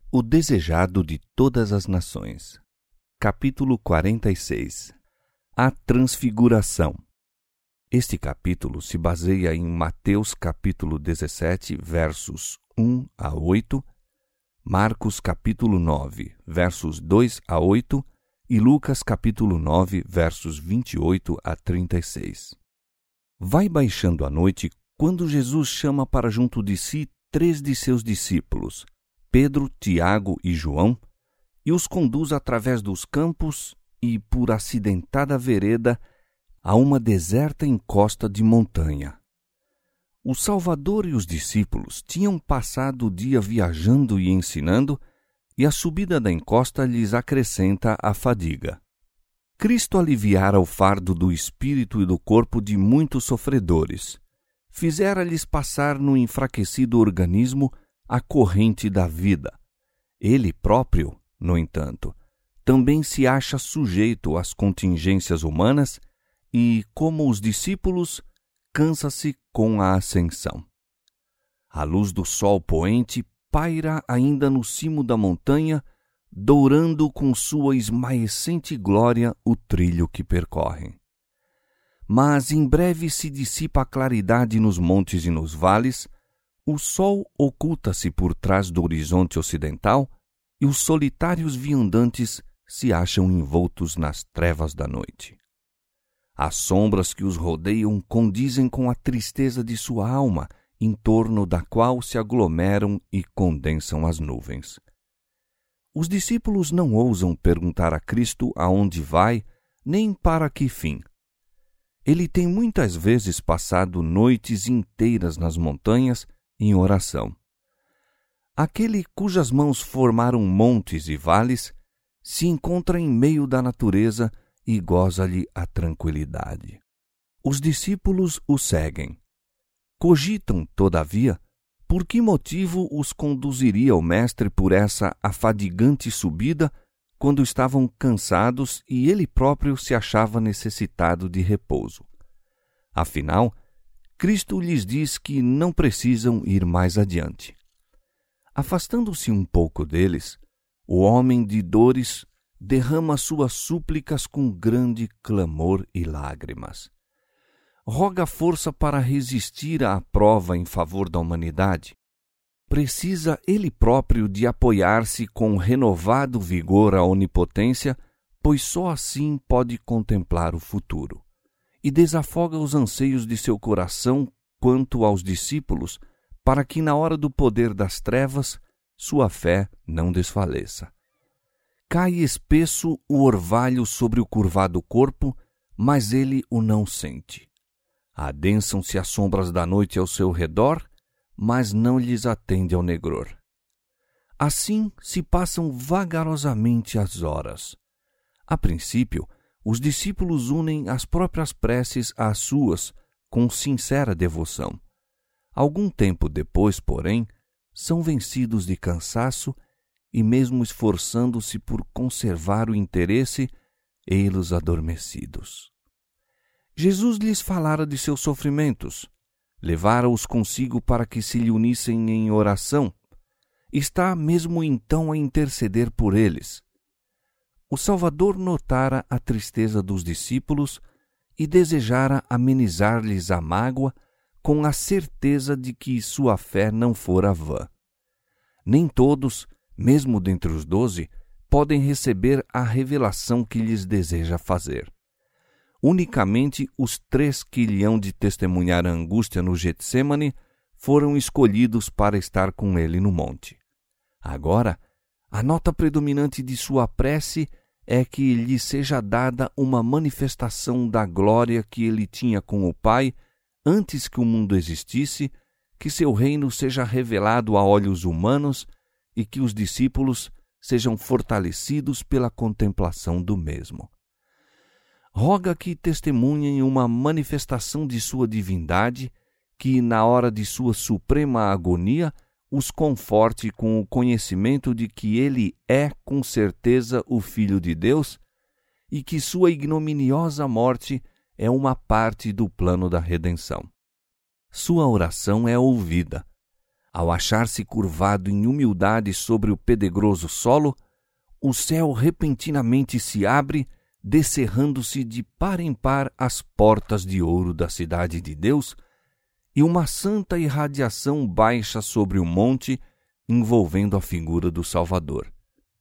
O desejado de todas as nações. Capítulo 46. A Transfiguração. Este capítulo se baseia em Mateus capítulo 17, versos 1 a 8, Marcos capítulo 9, versos 2 a 8 e Lucas capítulo 9, versos 28 a 36. Vai baixando a noite quando Jesus chama para junto de si 3 de seus discípulos, Pedro, Tiago e João, e os conduz através dos campos e por acidentada vereda a uma deserta encosta de montanha. O Salvador e os discípulos tinham passado o dia viajando e ensinando, e a subida da encosta lhes acrescenta a fadiga. Cristo aliviara o fardo do espírito e do corpo de muitos sofredores. Fizera-lhes passar no enfraquecido organismo a corrente da vida. Ele próprio, no entanto, também se acha sujeito às contingências humanas e, como os discípulos, cansa-se com a ascensão. A luz do sol poente paira ainda no cimo da montanha, dourando com sua esmaecente glória o trilho que percorrem. Mas em breve se dissipa a claridade nos montes e nos vales, o sol oculta-se por trás do horizonte ocidental e os solitários viandantes se acham envoltos nas trevas da noite. As sombras que os rodeiam condizem com a tristeza de sua alma, em torno da qual se aglomeram e condensam as nuvens. Os discípulos não ousam perguntar a Cristo aonde vai, nem para que fim. Ele tem muitas vezes passado noites inteiras nas montanhas em oração. Aquele cujas mãos formaram montes e vales se encontra em meio da natureza e goza-lhe a tranquilidade. Os discípulos o seguem. Cogitam, todavia, por que motivo os conduziria o Mestre por essa afadigante subida quando estavam cansados e ele próprio se achava necessitado de repouso. Afinal, Cristo lhes diz que não precisam ir mais adiante. Afastando-se um pouco deles, o homem de dores derrama suas súplicas com grande clamor e lágrimas. Roga força para resistir à prova em favor da humanidade. Precisa ele próprio de apoiar-se com renovado vigor à onipotência, pois só assim pode contemplar o futuro. E desafoga os anseios de seu coração quanto aos discípulos, para que na hora do poder das trevas sua fé não desfaleça. Cai espesso o orvalho sobre o curvado corpo, mas ele o não sente. Adensam-se as sombras da noite ao seu redor, mas não lhes atende ao negror. Assim se passam vagarosamente as horas. A princípio, os discípulos unem as próprias preces às suas, com sincera devoção. Algum tempo depois, porém, são vencidos de cansaço e, mesmo esforçando-se por conservar o interesse, ei-los adormecidos. Jesus lhes falara de seus sofrimentos, levara-os consigo para que se lhe unissem em oração. Está mesmo então a interceder por eles. O Salvador notara a tristeza dos discípulos e desejara amenizar-lhes a mágoa com a certeza de que sua fé não fora vã. Nem todos, mesmo dentre os 12, podem receber a revelação que lhes deseja fazer. Unicamente os 3 que lhe hão de testemunhar a angústia no Getsêmani foram escolhidos para estar com ele no monte. Agora, a nota predominante de sua prece é que lhe seja dada uma manifestação da glória que ele tinha com o Pai antes que o mundo existisse, que seu reino seja revelado a olhos humanos e que os discípulos sejam fortalecidos pela contemplação do mesmo. Roga que testemunhem uma manifestação de sua divindade, que, na hora de sua suprema agonia, os conforte com o conhecimento de que ele é, com certeza, o Filho de Deus e que sua ignominiosa morte é uma parte do plano da redenção. Sua oração é ouvida. Ao achar-se curvado em humildade sobre o pedregoso solo, o céu repentinamente se abre, descerrando-se de par em par as portas de ouro da cidade de Deus, e uma santa irradiação baixa sobre o monte, envolvendo a figura do Salvador.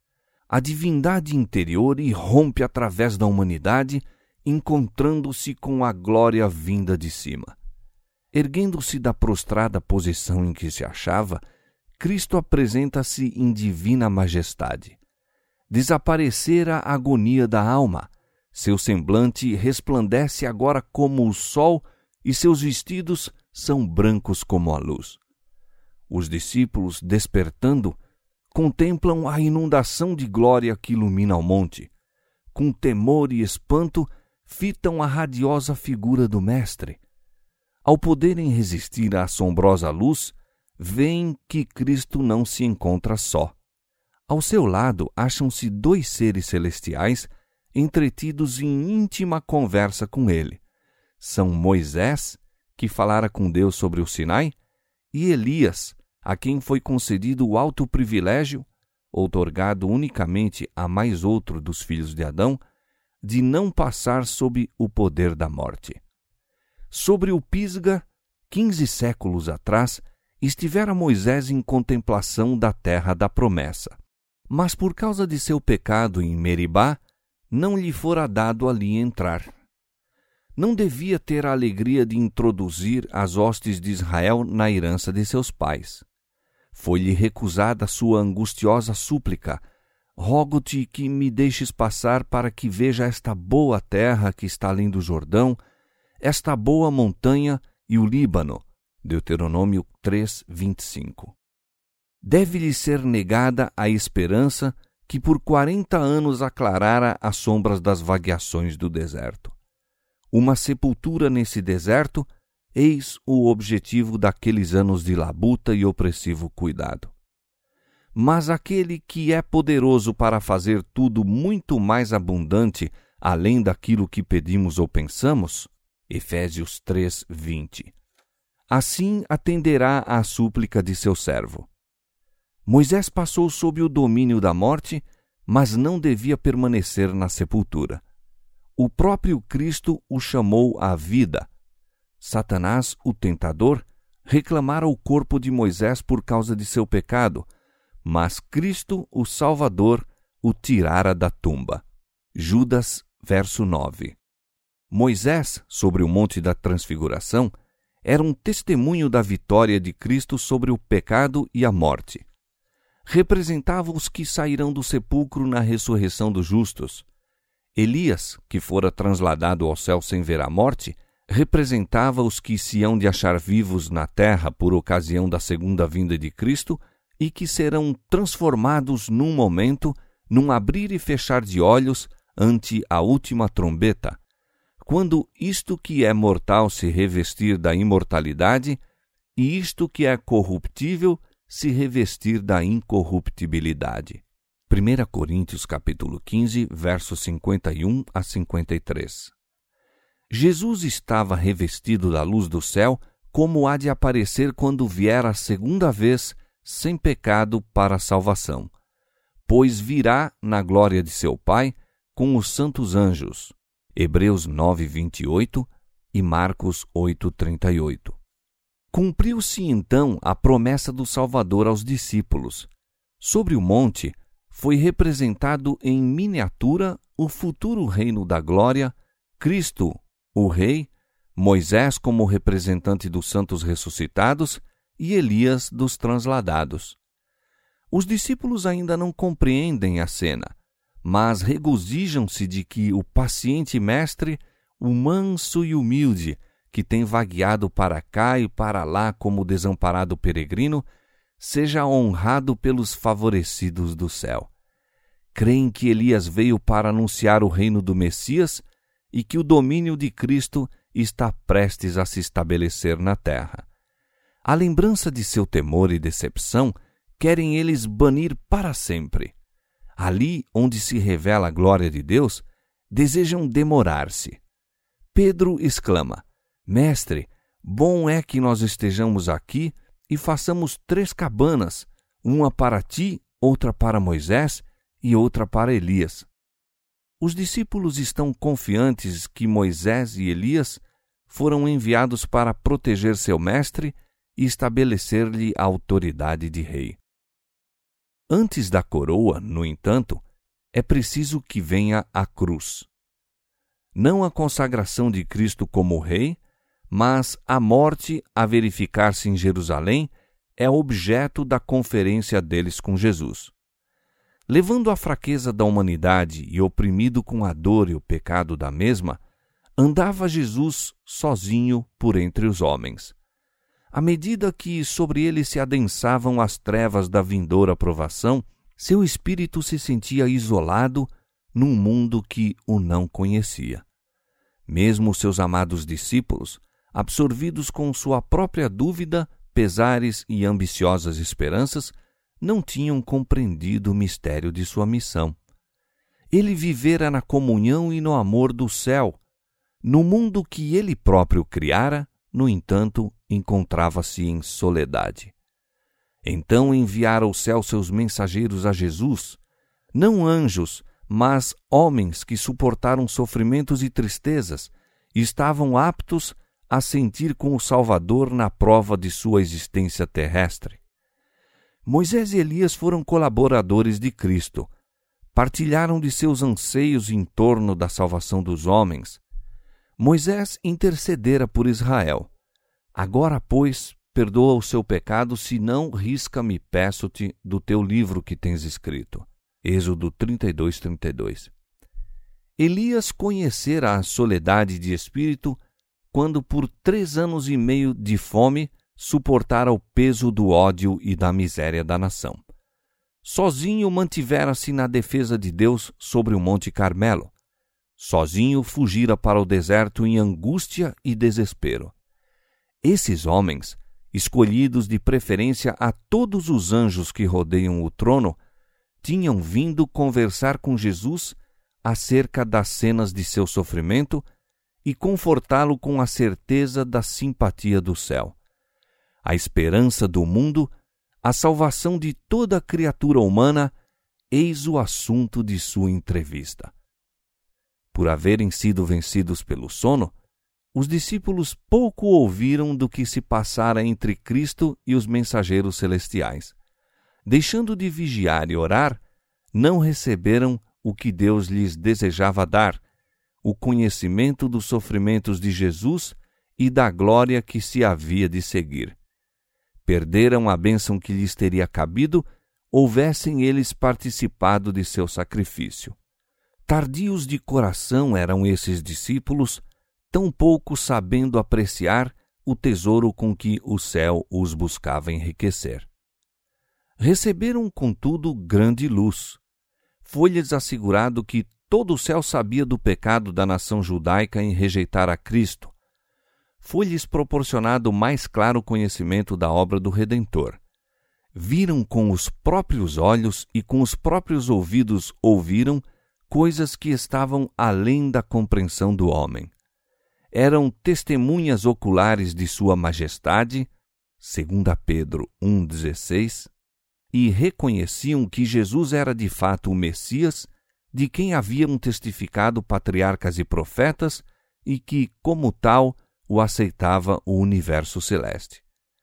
A divindade interior irrompe através da humanidade, encontrando-se com a glória vinda de cima. Erguendo-se da prostrada posição em que se achava, Cristo apresenta-se em divina majestade. Desaparecera a agonia da alma, seu semblante resplandece agora como o sol e seus vestidos são brancos como a luz. Os discípulos, despertando, contemplam a inundação de glória que ilumina o monte. Com temor e espanto, fitam a radiosa figura do Mestre. Ao poderem resistir à assombrosa luz, veem que Cristo não se encontra só. Ao seu lado acham-se 2 seres celestiais entretidos em íntima conversa com ele. São Moisés, que falara com Deus sobre o Sinai, e Elias, a quem foi concedido o alto privilégio, outorgado unicamente a mais outro dos filhos de Adão, de não passar sob o poder da morte. Sobre o Pisga, 15 séculos atrás, estivera Moisés em contemplação da terra da promessa. Mas por causa de seu pecado em Meribá, não lhe fora dado ali entrar. Não devia ter a alegria de introduzir as hostes de Israel na herança de seus pais. Foi-lhe recusada sua angustiosa súplica: rogo-te que me deixes passar para que veja esta boa terra que está além do Jordão, esta boa montanha e o Líbano. Deuteronômio 3:25. Deve-lhe ser negada a esperança que por 40 anos aclarara as sombras das vagueações do deserto. Uma sepultura nesse deserto, eis o objetivo daqueles anos de labuta e opressivo cuidado. Mas aquele que é poderoso para fazer tudo muito mais abundante além daquilo que pedimos ou pensamos, Efésios 3:20. Assim atenderá à súplica de seu servo. Moisés passou sob o domínio da morte, mas não devia permanecer na sepultura. O próprio Cristo o chamou à vida. Satanás, o tentador, reclamara o corpo de Moisés por causa de seu pecado, mas Cristo, o Salvador, o tirara da tumba. Judas, verso 9. Moisés, sobre o Monte da Transfiguração, era um testemunho da vitória de Cristo sobre o pecado e a morte. Representava os que sairão do sepulcro na ressurreição dos justos. Elias, que fora transladado ao céu sem ver a morte, representava os que se hão de achar vivos na terra por ocasião da segunda vinda de Cristo e que serão transformados num momento, num abrir e fechar de olhos ante a última trombeta, quando isto que é mortal se revestir da imortalidade e isto que é corruptível se revestir da incorruptibilidade. 1 Coríntios capítulo 15, versos 51 a 53. Jesus estava revestido da luz do céu, como há de aparecer quando vier a segunda vez, sem pecado para a salvação. Pois virá na glória de seu Pai com os santos anjos. Hebreus 9:28 e Marcos 8:38. Cumpriu-se então a promessa do Salvador aos discípulos. Sobre o monte foi representado em miniatura o futuro reino da glória, Cristo, o Rei, Moisés como representante dos santos ressuscitados e Elias dos transladados. Os discípulos ainda não compreendem a cena, mas regozijam-se de que o paciente mestre, o manso e humilde, que tem vagueado para cá e para lá como desamparado peregrino, seja honrado pelos favorecidos do céu. Creem que Elias veio para anunciar o reino do Messias e que o domínio de Cristo está prestes a se estabelecer na terra. A lembrança de seu temor e decepção querem eles banir para sempre. Ali onde se revela a glória de Deus, desejam demorar-se. Pedro exclama: Mestre, bom é que nós estejamos aqui e façamos 3 cabanas, uma para ti, outra para Moisés e outra para Elias. Os discípulos estão confiantes que Moisés e Elias foram enviados para proteger seu mestre e estabelecer-lhe a autoridade de rei. Antes da coroa, no entanto, é preciso que venha a cruz. Não a consagração de Cristo como rei, mas a morte a verificar-se em Jerusalém é objeto da conferência deles com Jesus. Levando a fraqueza da humanidade e oprimido com a dor e o pecado da mesma, andava Jesus sozinho por entre os homens. À medida que sobre ele se adensavam as trevas da vindoura provação, seu espírito se sentia isolado num mundo que o não conhecia. Mesmo seus amados discípulos, absorvidos com sua própria dúvida, pesares e ambiciosas esperanças, não tinham compreendido o mistério de sua missão. Ele vivera na comunhão e no amor do céu. No mundo que ele próprio criara, no entanto, encontrava-se em soledade. Então enviara o céu seus mensageiros a Jesus, não anjos, mas homens que suportaram sofrimentos e tristezas e estavam aptos a sentir com o Salvador na prova de sua existência terrestre. Moisés e Elias foram colaboradores de Cristo, partilharam de seus anseios em torno da salvação dos homens. Moisés intercedera por Israel. Agora, pois, perdoa o seu pecado, se não, risca-me, peço-te, do teu livro que tens escrito. Êxodo 32:32. Elias conhecera a soledade de espírito quando por 3 anos e meio de fome suportara o peso do ódio e da miséria da nação. Sozinho mantivera-se na defesa de Deus sobre o Monte Carmelo. Sozinho fugira para o deserto em angústia e desespero. Esses homens, escolhidos de preferência a todos os anjos que rodeiam o trono, tinham vindo conversar com Jesus acerca das cenas de seu sofrimento e confortá-lo com a certeza da simpatia do céu. A esperança do mundo, a salvação de toda criatura humana, eis o assunto de sua entrevista. Por haverem sido vencidos pelo sono, os discípulos pouco ouviram do que se passara entre Cristo e os mensageiros celestiais. Deixando de vigiar e orar, não receberam o que Deus lhes desejava dar, o conhecimento dos sofrimentos de Jesus e da glória que se havia de seguir. Perderam a bênção que lhes teria cabido, houvessem eles participado de seu sacrifício. Tardios de coração eram esses discípulos, tão pouco sabendo apreciar o tesouro com que o céu os buscava enriquecer. Receberam, contudo, grande luz. Foi-lhes assegurado que todo o céu sabia do pecado da nação judaica em rejeitar a Cristo. Foi-lhes proporcionado mais claro conhecimento da obra do Redentor. Viram com os próprios olhos e com os próprios ouvidos ouviram coisas que estavam além da compreensão do homem. Eram testemunhas oculares de sua majestade, 2 Pedro 1,16, e reconheciam que Jesus era de fato o Messias, de quem haviam testificado patriarcas e profetas, e que, como tal, o aceitava o universo celeste.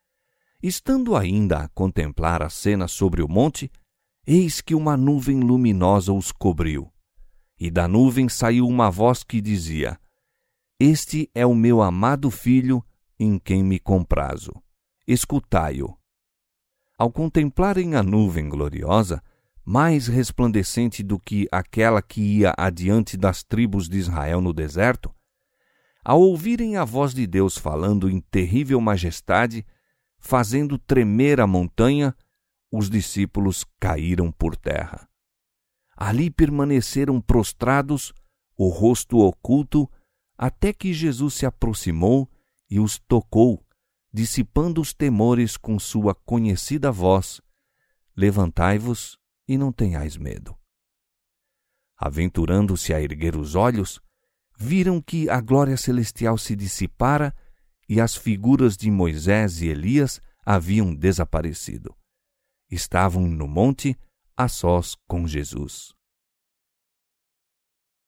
Estando ainda a contemplar a cena sobre o monte, eis que uma nuvem luminosa os cobriu. E da nuvem saiu uma voz que dizia: Este é o meu amado Filho, em quem me comprazo. Escutai-o. Ao contemplarem a nuvem gloriosa, mais resplandecente do que aquela que ia adiante das tribos de Israel no deserto, ao ouvirem a voz de Deus falando em terrível majestade, fazendo tremer a montanha, os discípulos caíram por terra. Ali permaneceram prostrados, o rosto oculto, até que Jesus se aproximou e os tocou, dissipando os temores com sua conhecida voz: Levantai-vos e não tenhais medo. Aventurando-se a erguer os olhos, viram que a glória celestial se dissipara e as figuras de Moisés e Elias haviam desaparecido. Estavam no monte a sós com Jesus.